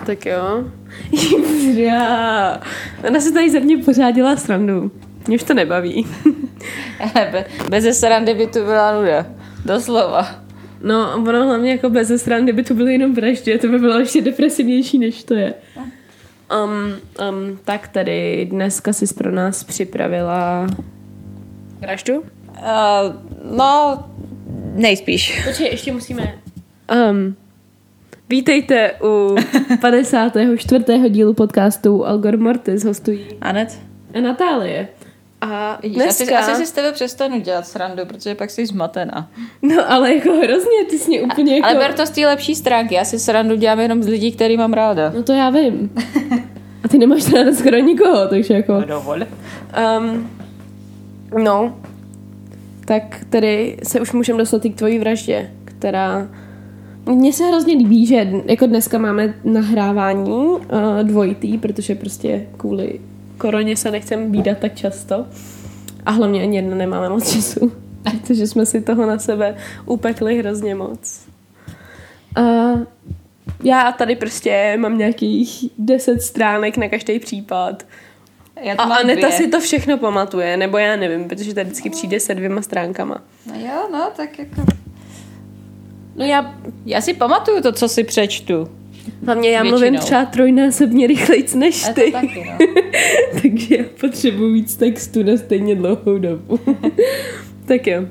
Tak jo. Já. Ona se tady ze mě pořád dělá srandu. Mě už to nebaví. Bez srandy by tu byla nuda. Doslova. No, ono hlavně jako bez srandy by to bylo jenom vraždě, to by bylo ještě depresivnější, než to je. Tak tady dneska jsi pro nás připravila vraždu? No, nejspíš. Počkej, ještě musíme... Vítejte u 54. dílu podcastu Algor Mortis, hostují Anet? a Natálie. A dneska... Asi si s tebe přestanu dělat srandu, protože pak jsi zmatená. No ale jako hrozně, ty jsi mě úplně jako... Ale ber to z té lepší stránky, já si srandu dělám jenom z lidí, který mám ráda. No to já vím. A ty nemáš ráda skoro nikoho, takže jako... No dovol. No, tak tedy se už můžeme dostat i k tvojí vraždě, která... Mně se hrozně líbí, že jako dneska máme nahrávání dvojitý, protože prostě kvůli koroně se nechceme vídat tak často. A hlavně ani jedno nemáme moc času, protože jsme si toho na sebe upekli hrozně moc. Já tady prostě mám nějakých 10 stránek na každý případ. A Aneta si to všechno pamatuje, nebo já nevím, protože tady vždycky přijde se 2 stránkama. No jo, no, tak jako... No já si pamatuju to, co si přečtu. Hlavně já mluvím třeba trojnásobně rychlejc než ty. To taky, no. Takže já potřebuji víc textu na stejně dlouhou dobu. Tak jo.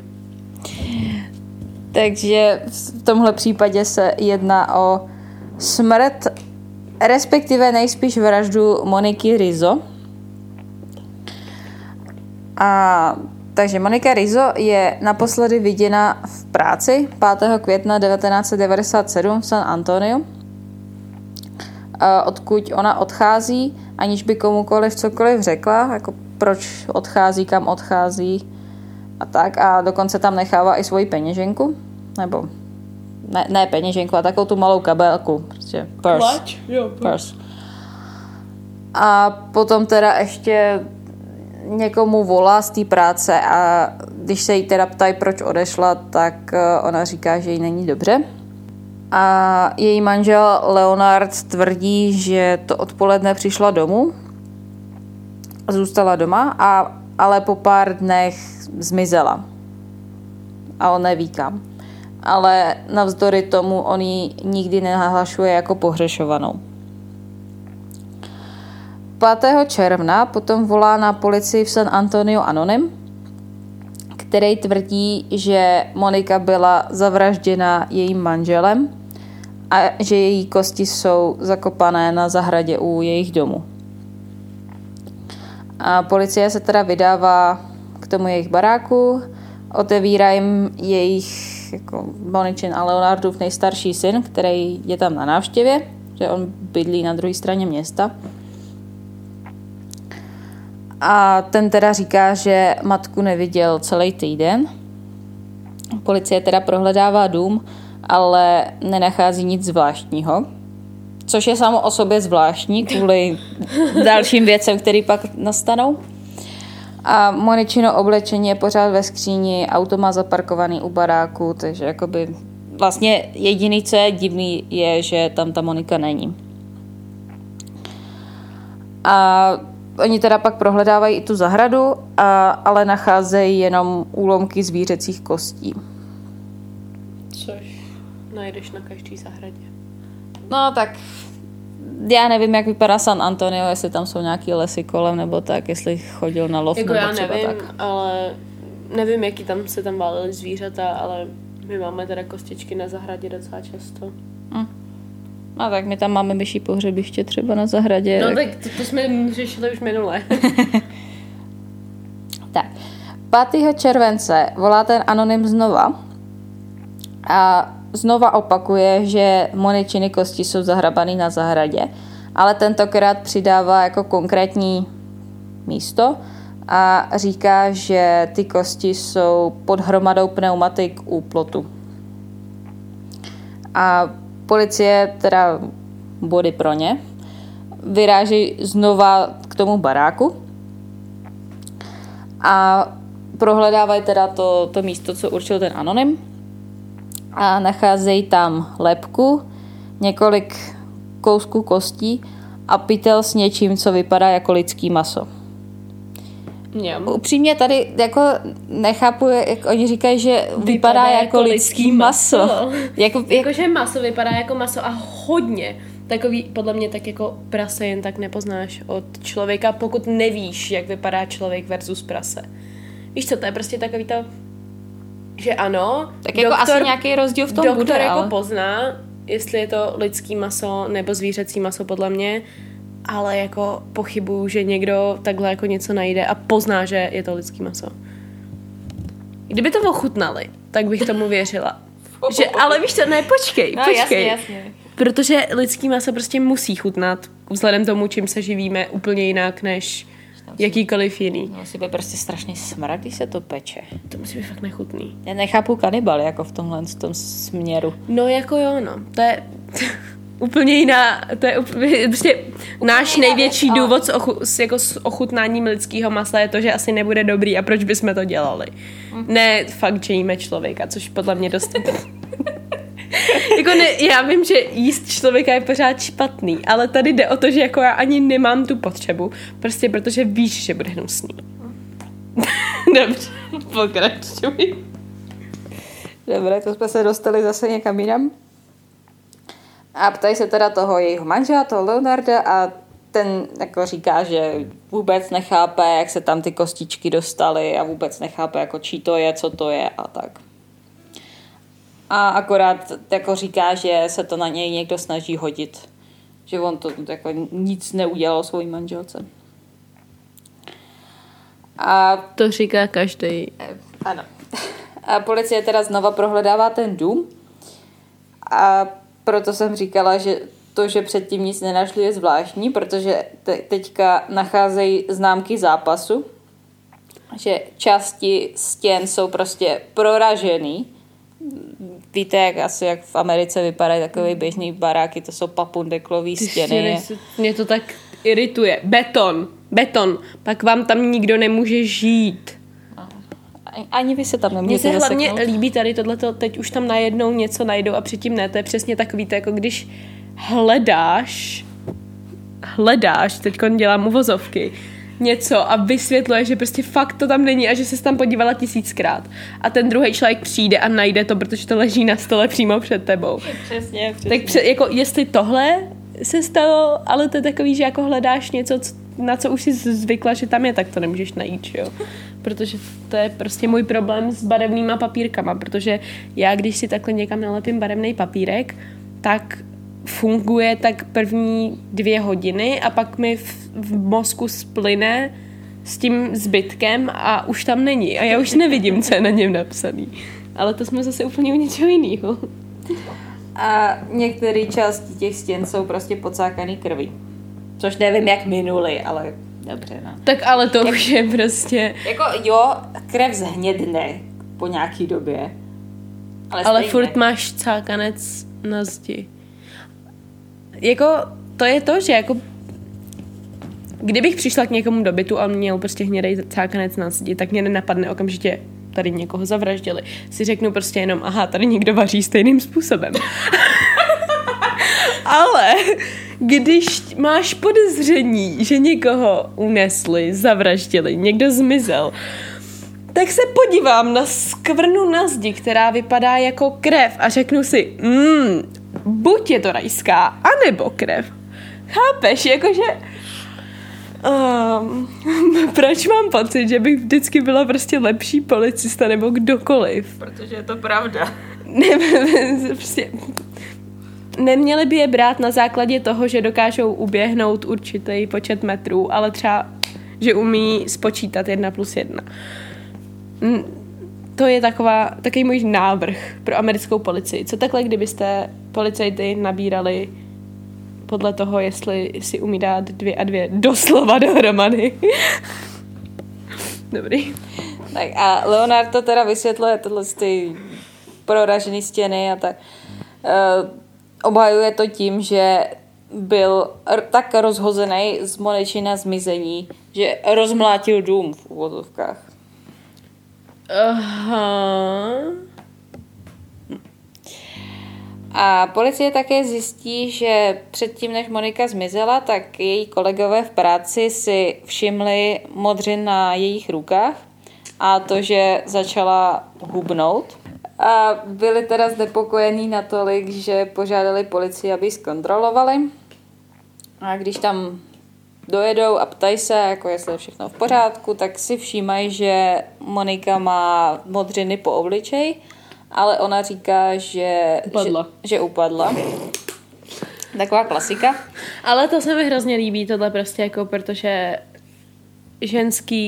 Takže v tomhle případě se jedná o smrt, respektive nejspíš vraždu Moniky Rizzo. Takže Monika Rizzo je naposledy viděna v práci 5. května 1997 v San Antoniu, odkud ona odchází, aniž by komukoliv cokoliv řekla, jako proč odchází, kam odchází a tak. A dokonce tam nechává i svoji peněženku, nebo ne peněženku, a takovou tu malou kabelku, prostě purse. Purse. A potom teda ještě někomu volá z té práce a když se jí teda ptají, proč odešla, tak ona říká, že jí není dobře. A její manžel Leonard tvrdí, že to odpoledne přišla domů, zůstala doma, ale po pár dnech zmizela. A on neví kam. Ale navzdory tomu on ji nikdy nenahlašuje jako pohřešovanou. 5. června potom volá na policii v San Antonio anonym, který tvrdí, že Monika byla zavražděna jejím manželem a že její kosti jsou zakopané na zahradě u jejich domu. A policie se teda vydává k tomu jejich baráku, otevírá jim jejich jako Moničin a Leonardův nejstarší syn, který je tam na návštěvě, že on bydlí na druhé straně města. A ten teda říká, že matku neviděl celý týden. Policie teda prohledává dům, ale nenachází nic zvláštního. Což je samo o sobě zvláštní kvůli dalším věcem, které pak nastanou. A Moničino oblečení je pořád ve skříni, auto má zaparkovaný u baráku, takže jakoby vlastně jediný, co je divný, je, že tam ta Monika není. A oni teda pak prohledávají i tu zahradu, ale nacházejí jenom úlomky zvířecích kostí. Což najdeš na každý zahradě. No tak já nevím, jak vypadá San Antonio, jestli tam jsou nějaký lesy kolem, nebo tak, jestli chodil na lov, jako nebo já třeba nevím, tak. ale nevím, jaký tam se tam válely zvířata, ale my máme teda kostičky na zahradě docela často. No tak my tam máme myší pohřebiště třeba na zahradě. No tak to jsme řešili už minule. Tak, 5. července volá ten anonym znova a znova opakuje, že Moničiny kosti jsou zahrabaný na zahradě, ale tentokrát přidává jako konkrétní místo a říká, že ty kosti jsou pod hromadou pneumatik u plotu. A policie, teda body pro ně, vyráží znova k tomu baráku a prohledávají teda to místo, co určil ten anonym a nacházejí tam lebku, několik kousku kostí a pytel s něčím, co vypadá jako lidský maso. Upřímně tady jako nechápu, jak oni říkají, že vypadá jako lidský maso. Jakože maso vypadá jako maso a hodně. Takový, podle mě tak jako prase jen tak nepoznáš od člověka, pokud nevíš, jak vypadá člověk versus prase. Víš co, to je prostě takový to, že ano. Tak jako asi nějaký rozdíl v tom doktor bude, jako ale pozná, jestli je to lidský maso nebo zvířecí maso, podle mě, ale jako pochybuju, že někdo takhle jako něco najde a pozná, že je to lidský maso. Kdyby to ochutnali, tak bych tomu věřila. Ale víš co, ne, počkej. Jasně. Protože lidský maso prostě musí chutnat vzhledem tomu, čím se živíme, úplně jinak než jakýkoliv jiný. Musí být prostě strašně smrad, když se to peče. To musí být fakt nechutný. Já nechápu kanibal jako v tomhle tom směru. No jako jo, no. To je úplně jiná, to je prostě náš největší důvod s ochutnáním lidského masa je to, že asi nebude dobrý a proč bychom to dělali. Ne fakt, že jíme člověka, což podle mě dost... Jako ne, já vím, že jíst člověka je pořád špatný, ale tady jde o to, že jako já ani nemám tu potřebu, prostě protože víš, že bude hnusný. Dobře, pokračuj. Dobré, to jsme se dostali zase někam jinam. A ptají se teda toho jejího manžela, toho Leonarda, a ten jako říká, že vůbec nechápe, jak se tam ty kostičky dostaly a vůbec nechápe, jako čí to je, co to je a tak. A akorát jako říká, že se to na něj někdo snaží hodit. Že on to jako nic neudělal svojí manželce. A to říká každý. Ano. A policie teda znova prohledává ten dům. A proto jsem říkala, že to, že předtím nic nenašli, je zvláštní, protože teďka nacházejí známky zápasu. Že části stěn jsou prostě proražený. Víte, jak v Americe vypadají takové běžný baráky, to jsou papundeklový stěny. Mě to tak irituje. Beton. Pak vám tam nikdo nemůže žít. Ani vy se tam nemůžete zaseknout. Mně se hlavně líbí tady tohleto, teď už tam najednou něco najdou a předtím ne, to je přesně takový, to jako když hledáš, teďko dělám uvozovky, něco a vysvětluje, že prostě fakt to tam není a že jsi tam podívala 1000krát. A ten druhý člověk přijde a najde to, protože to leží na stole přímo před tebou. Přesně. Tak jako jestli tohle se stalo, ale to je takový, že jako hledáš něco, na co už jsi zvykla, že tam je, tak to nemůžeš najít, jo. Protože to je prostě můj problém s barevnýma papírkama, protože já, když si takhle někam nalepím barevný papírek, tak funguje tak první 2 hodiny a pak mi v mozku splyne s tím zbytkem a už tam není. A já už nevidím, co je na něm napsaný. Ale to jsme zase úplně u něčeho jiného. A některé části těch stěn jsou prostě pocákaný krví. Což nevím, jak minuli, ale dobře, no. Tak ale to už je prostě... Jako jo, krev zhnědne po nějaký době. Ale furt máš cákanec na zdi. Jako, to je to, že jako kdybych přišla k někomu do bytu a měl prostě hnědej cákanec na zdi, tak mě nenapadne okamžitě tady někoho zavraždili. Si řeknu prostě jenom, aha, tady někdo vaří stejným způsobem. Ale když máš podezření, že někoho unesli, zavraždili, někdo zmizel, tak se podívám na skvrnu na zdi, která vypadá jako krev a řeknu si, buď je to rajská, anebo krev. Chápeš? Jakože... proč mám pocit, že bych vždycky byla prostě lepší policista nebo kdokoliv? Protože je to pravda. Prostě... Neměli by je brát na základě toho, že dokážou uběhnout určitý počet metrů, ale třeba, že umí spočítat 1+1. To je takový můj návrh pro americkou policii. Co takhle, kdybyste policajty nabírali podle toho, jestli si umí dát 2 a 2 doslova dohromady. Dobrý. Tak a Leonard to teda vysvětluje tyhle ty proražený stěny a tak. Obhajuje to tím, že byl tak rozhozený z Monečina zmizení, že rozmlátil dům v uvozovkách. Aha. A policie také zjistí, že předtím, než Monika zmizela, tak její kolegové v práci si všimli modřin na jejich rukách a to, že začala hubnout. A byli teda znepokojení natolik, že požádali policii, aby ji zkontrolovali. A když tam dojedou a ptají se, jako jestli je všechno v pořádku, tak si všímají, že Monika má modřiny po obličeji, ale ona říká, že upadla. Taková klasika. Ale to se mi hrozně líbí, tohle prostě jako, protože ženský,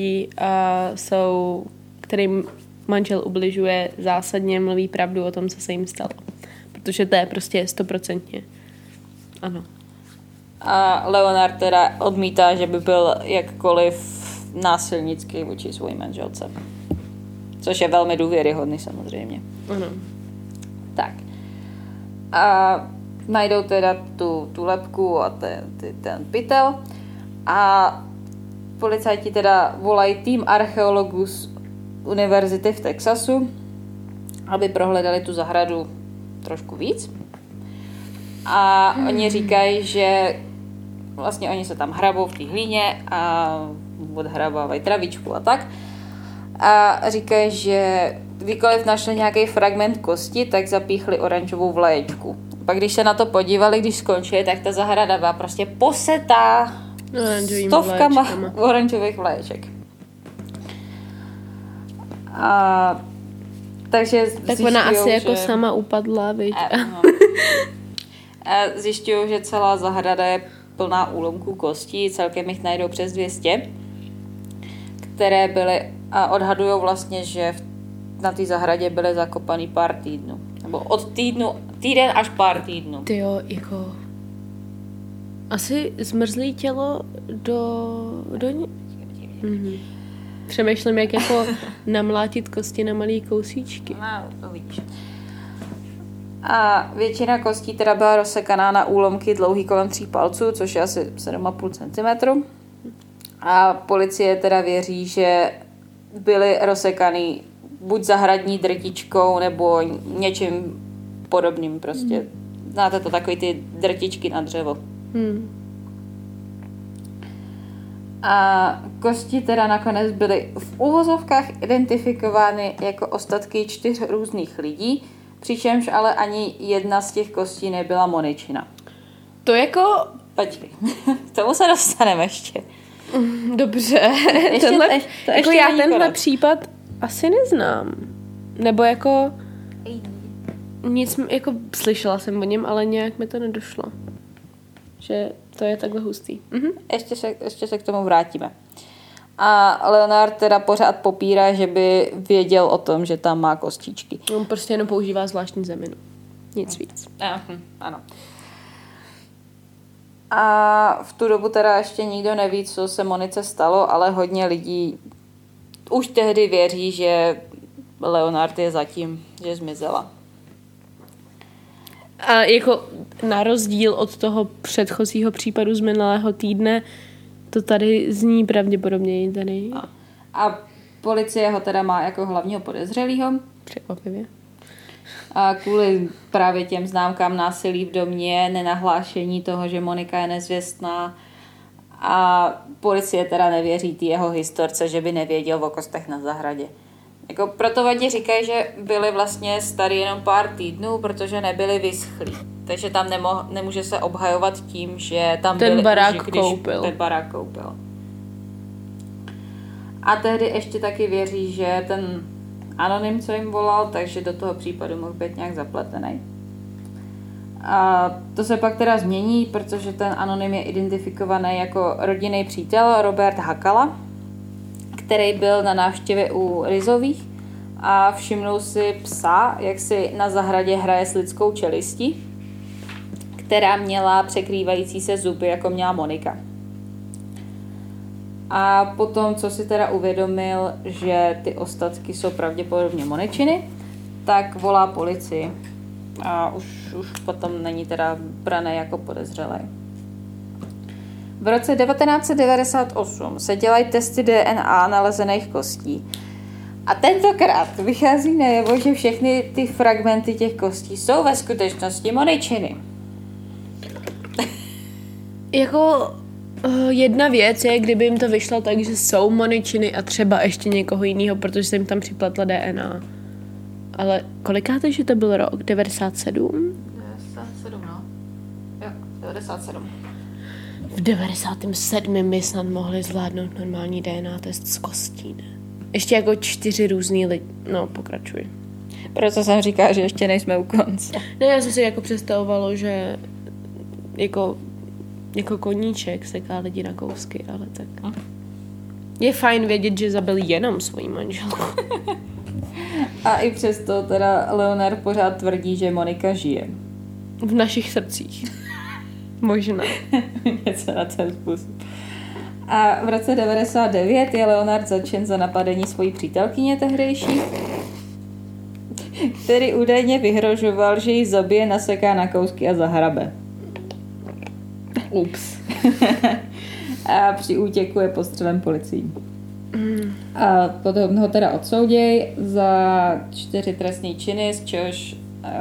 kterým manžel ubližuje, zásadně mluví pravdu o tom, co se jim stalo. Protože to je prostě 100%. Ano. A Leonard teda odmítá, že by byl jakkoliv násilnický vůči své manželce. Což je velmi důvěryhodný samozřejmě. Ano. Tak. A najdou teda tu lebku a ten pytel. A policajti teda volají tým archeologů z univerzity v Texasu, aby prohledali tu zahradu trošku víc. A oni říkají, že vlastně oni se tam hrabou v té hlíně a odhrabávají travičku a tak. A říkají, že kdykoliv našli nějaký fragment kosti, tak zapíchli oranžovou vlaječku. Pak když se na to podívali, když skončili, tak ta zahrada byla prostě posetá stovkama oranžových vlaječek. A takže tak ona asi jako sama upadla, viď? A zjišťují, že celá zahrada je plná úlomků kostí, celkem jich najdou přes 200, které byly a odhadují vlastně, že na té zahradě byly zakopaný pár týdnů. Nebo od týden až pár týdnů. Tyjo, jako asi zmrzlý tělo do ní. Mhm. Přemýšlím, jak jako namlátit kosti na malý kousíčky. No, to vidíš. A většina kostí teda byla rozsekaná na úlomky dlouhý kolem 3 palců, což je asi 7,5 cm. A policie teda věří, že byly rozsekaný buď zahradní drtičkou, nebo něčím podobným prostě. Znáte to, takový ty drtičky na dřevo. A kosti teda nakonec byly v uvozovkách identifikovány jako ostatky 4 různých lidí, přičemž ale ani jedna z těch kostí nebyla Moničina. To jako... Počkej, k tomu se dostaneme ještě. Dobře. Jako já tenhle případ asi neznám. Nebo jako... Nic, jako slyšela jsem o něm, ale nějak mi to nedošlo. Že to je takhle hustý. Ještě se k tomu vrátíme. A Leonard teda pořád popírá, že by věděl o tom, že tam má kostičky. On prostě jenom používá zvláštní zeminu. Nic víc. Ano. A v tu dobu teda ještě nikdo neví, co se Monice stalo, ale hodně lidí už tehdy věří, že Leonard je zatím, že zmizela. A jako na rozdíl od toho předchozího případu z minulého týdne, to tady zní pravděpodobně tady. A policie ho teda má jako hlavního podezřelýho. Překvapivě. A kvůli právě těm známkám násilí v domě, nenahlášení toho, že Monika je nezvěstná. A policie teda nevěří té jeho historce, že by nevěděl o kostech na zahradě. Jako proto oni říkají, že byli vlastně starý jenom pár týdnů, protože nebyli vyschlí. Takže tam nemůže se obhajovat tím, že tam ten barák ten barák koupil. A tehdy ještě taky věří, že ten anonym, co jim volal, takže do toho případu mohl být nějak zapletený. A to se pak teda změní, protože ten anonym je identifikovaný jako rodinný přítel Robert Hakala, který byl na návštěvě u Rizových a všimnul si psa, jak si na zahradě hraje s lidskou čelistí, která měla překrývající se zuby, jako měla Monika. A potom, co si teda uvědomil, že ty ostatky jsou pravděpodobně Moničiny, tak volá policii. A už potom není teda braný jako podezřelý. V roce 1998 se dělají testy DNA nalezených kostí. A tentokrát vychází najevo, že všechny ty fragmenty těch kostí jsou ve skutečnosti Moničiny. Jako jedna věc je, kdyby jim to vyšlo tak, že jsou Moničiny a třeba ještě někoho jiného, protože jsem jim tam připletla DNA. Ale kolikáte, že to byl rok? 97? 97, no. Jo, 97. V 97. by snad mohli zvládnout normální DNA test z kostí, ne? Ještě jako 4 různý lidi. No, pokračuj. Proto jsem říká, že ještě nejsme u konce. Ne, já jsem si jako představovalo, že jako koníček seká lidi na kousky, ale tak. Je fajn vědět, že zabil jenom svoji manželku. A i přesto teda Leonard pořád tvrdí, že Monika žije. V našich srdcích. Možná. Něco na ten způsob. A v roce 99 je Leonard začen za napadení svojí přítelkyně tehdejší, který údajně vyhrožoval, že ji zabije, naseká na kousky a zahrabe. Ups. A při útěku je postřelen policií. A potom ho teda odsouděj za 4 trestné činy, z čehož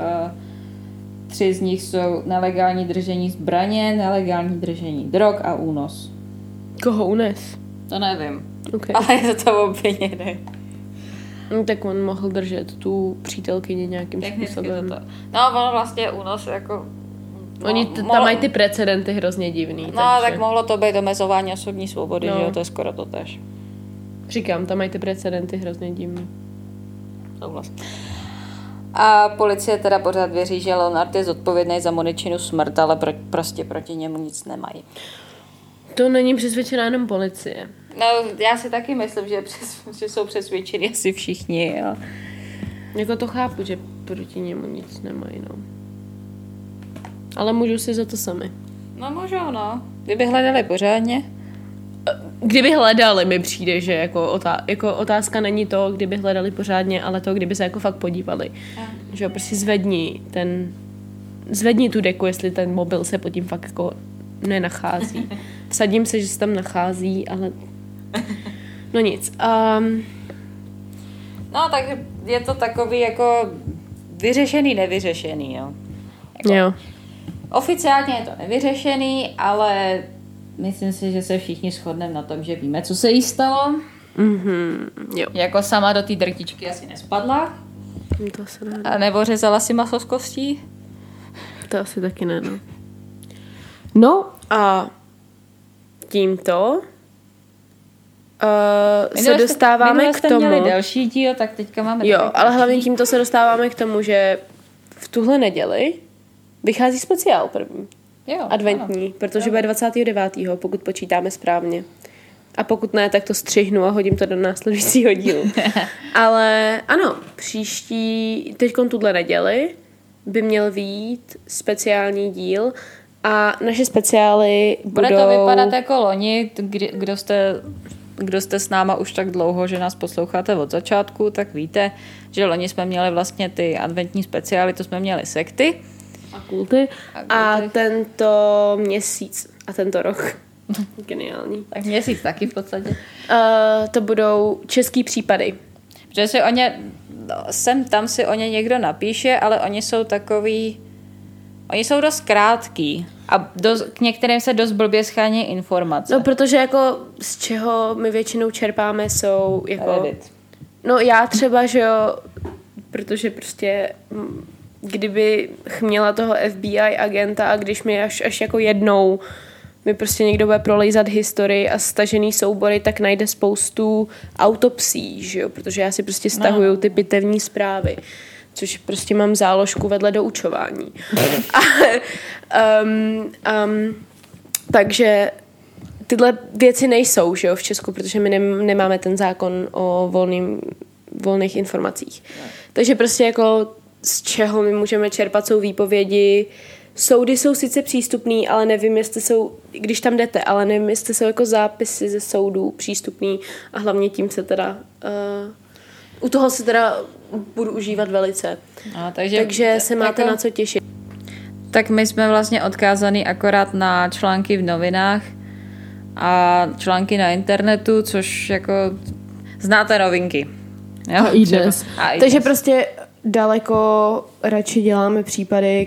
3 z nich jsou nelegální držení zbraně, nelegální držení drog a únos. Koho unes? To nevím. Okay. Ale je to obviněný. Tak on mohl držet tu přítelkyni nějakým způsobem. To. No, ono vlastně únos jako... Oni tam mají ty precedenty hrozně divný. No, takže... tak mohlo to být omezování osobní svobody, že jo, to je skoro to tež. Říkám, tam mají ty precedenty hrozně divný. Souhlas. A policie teda pořád věří, že Leonard je zodpovědný za Moničinu smrt, ale prostě proti němu nic nemají. To není přesvědčená jenom policie. No, já si taky myslím, že jsou přesvědčeni asi všichni, jo. Jako to chápu, že proti němu nic nemají, no. Ale můžou si za to sami. No, můžou, no. Kdyby hledali pořádně. Kdyby hledali, mi přijde, že jako otázka není to, kdyby hledali pořádně, ale to, kdyby se jako fakt podívali. Že jo, prostě zvedni tu deku, jestli ten mobil se pod tím fakt jako nenachází. Vsadím se, že se tam nachází, ale no nic. No, takže je to takový jako vyřešený, nevyřešený, jo. Jako, jo. Oficiálně je to nevyřešený, ale myslím si, že se všichni shodneme na tom, že víme, co se jí stalo. Jo. Jako sama do té drtičky asi nespadla. To se ne. A nebo řezala si maso z kostí. To asi taky ne, no. No a tímto se dostáváme k tomu... měli další díl, tak teďka máme... Jo, ale hlavně tímto se dostáváme k tomu, že v tuhle neděli vychází speciál první. Jo, adventní, ano. Protože bude 29. pokud počítáme správně. A pokud ne, tak to střihnu a hodím to do následujícího dílu. Ale ano, teďkon tuhle neděli by měl vyjít speciální díl a naše speciály Bude to vypadat jako loni, kdo jste s náma už tak dlouho, že nás posloucháte od začátku, tak víte, že loni jsme měli vlastně ty adventní speciály, to jsme měli sekty. A kulty. A tento měsíc a tento rok. Geniální. Tak měsíc taky v podstatě. To budou český případy. Protože si tam si o ně někdo napíše, ale oni jsou dost krátký a k některým se dost blbě schání informace. No, protože jako z čeho my většinou čerpáme jsou jako... Reddit. No já třeba, že jo, protože prostě kdyby měla toho FBI agenta a když mi až jako jednou mi prostě někdo bude prolejzat historii a stažený soubory, tak najde spoustu autopsí, že jo, protože já si prostě stahuju ty pitevní zprávy, což prostě mám záložku vedle doučování. Takže tyhle věci nejsou, že jo, v Česku, protože my nemáme ten zákon o volných informacích. Takže prostě jako z čeho my můžeme čerpat jsou výpovědi. Soudy jsou sice přístupný, ale nevím, jestli jsou, když tam jdete, ale nevím, jestli jsou jako zápisy ze soudů přístupný a hlavně tím se teda u toho se teda budu užívat velice. No, takže se máte na co těšit. Tak my jsme vlastně odkázaný akorát na články v novinách a články na internetu, což jako znáte novinky. Jo, A i dnes. A i Takže dnes. prostě daleko radši děláme případy,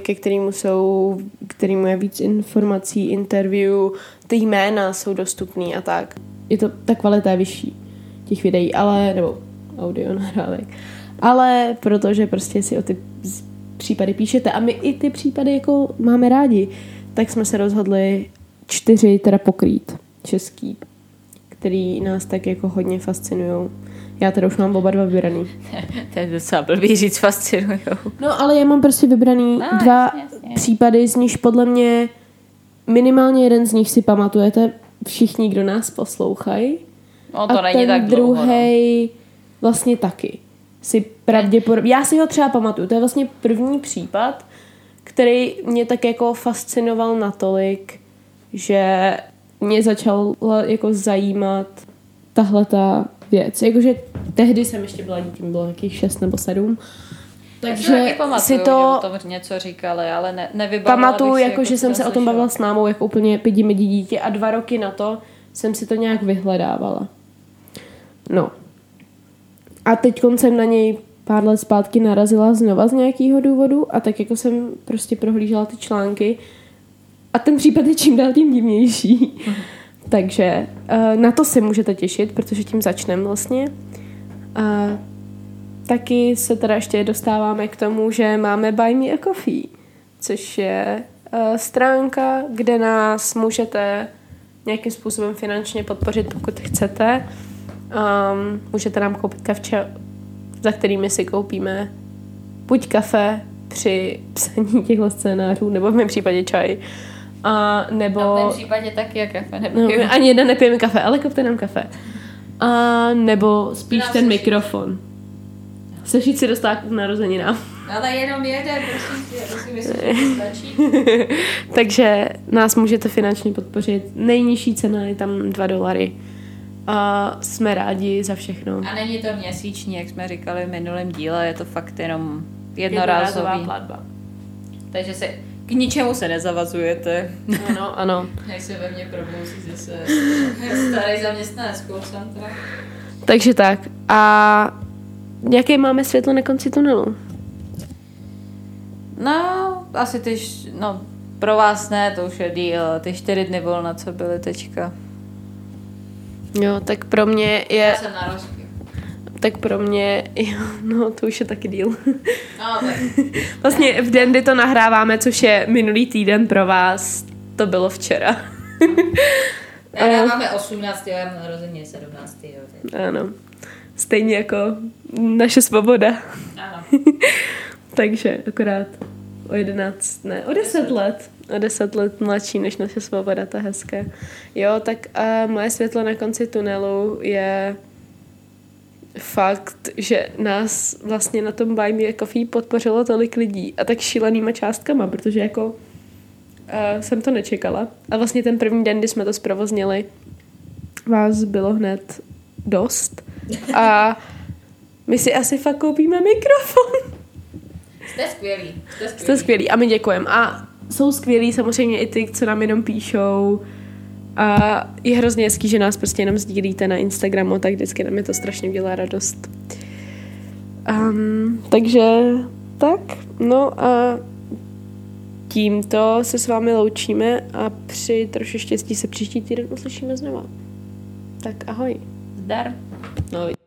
kterému je víc informací, interview, ty jména jsou dostupný a tak. Ta kvalita je vyšší těch videí, nebo audio nahrávek. Ale protože prostě si o ty případy píšete a my i ty případy jako máme rádi, tak jsme se rozhodli 4 teda pokrýt český, který nás tak jako hodně fascinujou. Já teda už mám oba 2 vybraný. To je docela blbý říct fascinujou. No, ale já mám prostě vybraný 2 jasně. případy, z nich podle mě minimálně jeden z nich si pamatujete všichni, kdo nás poslouchají. No to a není ten tak dlouho. druhej vlastně taky. Si pravděpodobně... Já si ho třeba pamatuju. To je vlastně první případ, který mě tak jako fascinoval natolik, že mě začala jako zajímat tahleta věc. Jakože tehdy jsem ještě byla dítě, bylo takových 6 nebo 7. Takže si to že o tom něco říkali, ale nevybavala pamatuju, bych si, jako že jsem se o tom slyšela. bavila s mámou jako úplně pidi dítě a 2 roky na to jsem si to nějak vyhledávala. No. A teď jsem na něj pár let zpátky narazila znova z nějakého důvodu a tak jako jsem prostě prohlížela ty články a ten případ je čím dál tím divnější. Takže na to se můžete těšit, protože tím začneme vlastně. A taky se teda ještě dostáváme k tomu, že máme Buy Me a Coffee, což je stránka, kde nás můžete nějakým způsobem finančně podpořit, pokud chcete. Můžete nám koupit kavče, za kterými si koupíme buď kafe při psaní těchto scénářů, nebo v mém případě čaj. Nebo... No, v mém případě taky je kafe No, ani jeden nepijeme kafe, ale kupte nám kafe. Nebo spíš ten mikrofon. Sešít si dostat k narozeninám. Ale jenom jeden, prosím, myslím, že stačí. Takže nás můžete finančně podpořit. Nejnižší cena je tam $2. A jsme rádi za všechno. A není to měsíční, jak jsme říkali v minulém díle, je to fakt jenom jednorázový. platba. Takže se k ničemu se nezavazujete. Ano. Jak se ve mně problousí zase starý zaměstnanec call centra. Takže tak. A jaké máme světlo na konci tunelu? No, asi pro vás ne, to už je díl, ty 4 dny volna, co byly teďka. Jo, tak pro mě je... Já jsem na rozky. Tak pro mě, jo, no to už je taky díl. No, tak. Vlastně v den, kdy to nahráváme, což je minulý týden pro vás, to bylo včera. Nahráváme 18. já mám narozeně 17. Jo. Ano. Stejně jako naše svoboda. Ano. Takže akorát o 10 let. O 10 let mladší než naše svoboda, to je hezké. Jo, tak moje světlo na konci tunelu je fakt, že nás vlastně na tom Buy Me a Coffee podpořilo tolik lidí a tak šílenýma částkama, protože jako jsem to nečekala. A vlastně ten první den, kdy jsme to zprovoznili, vás bylo hned dost. A my si asi fakt koupíme mikrofon. Jste skvělí a my děkujeme. A jsou skvělí samozřejmě i ty, co nám jenom píšou. A je hrozně hezký, že nás prostě jenom sdílíte na Instagramu, tak vždycky nám je to strašně dělá radost. Takže tak, no a tímto se s vámi loučíme a při troši štěstí se příští týden uslyšíme znova. Tak ahoj. Zdar. Ahoj.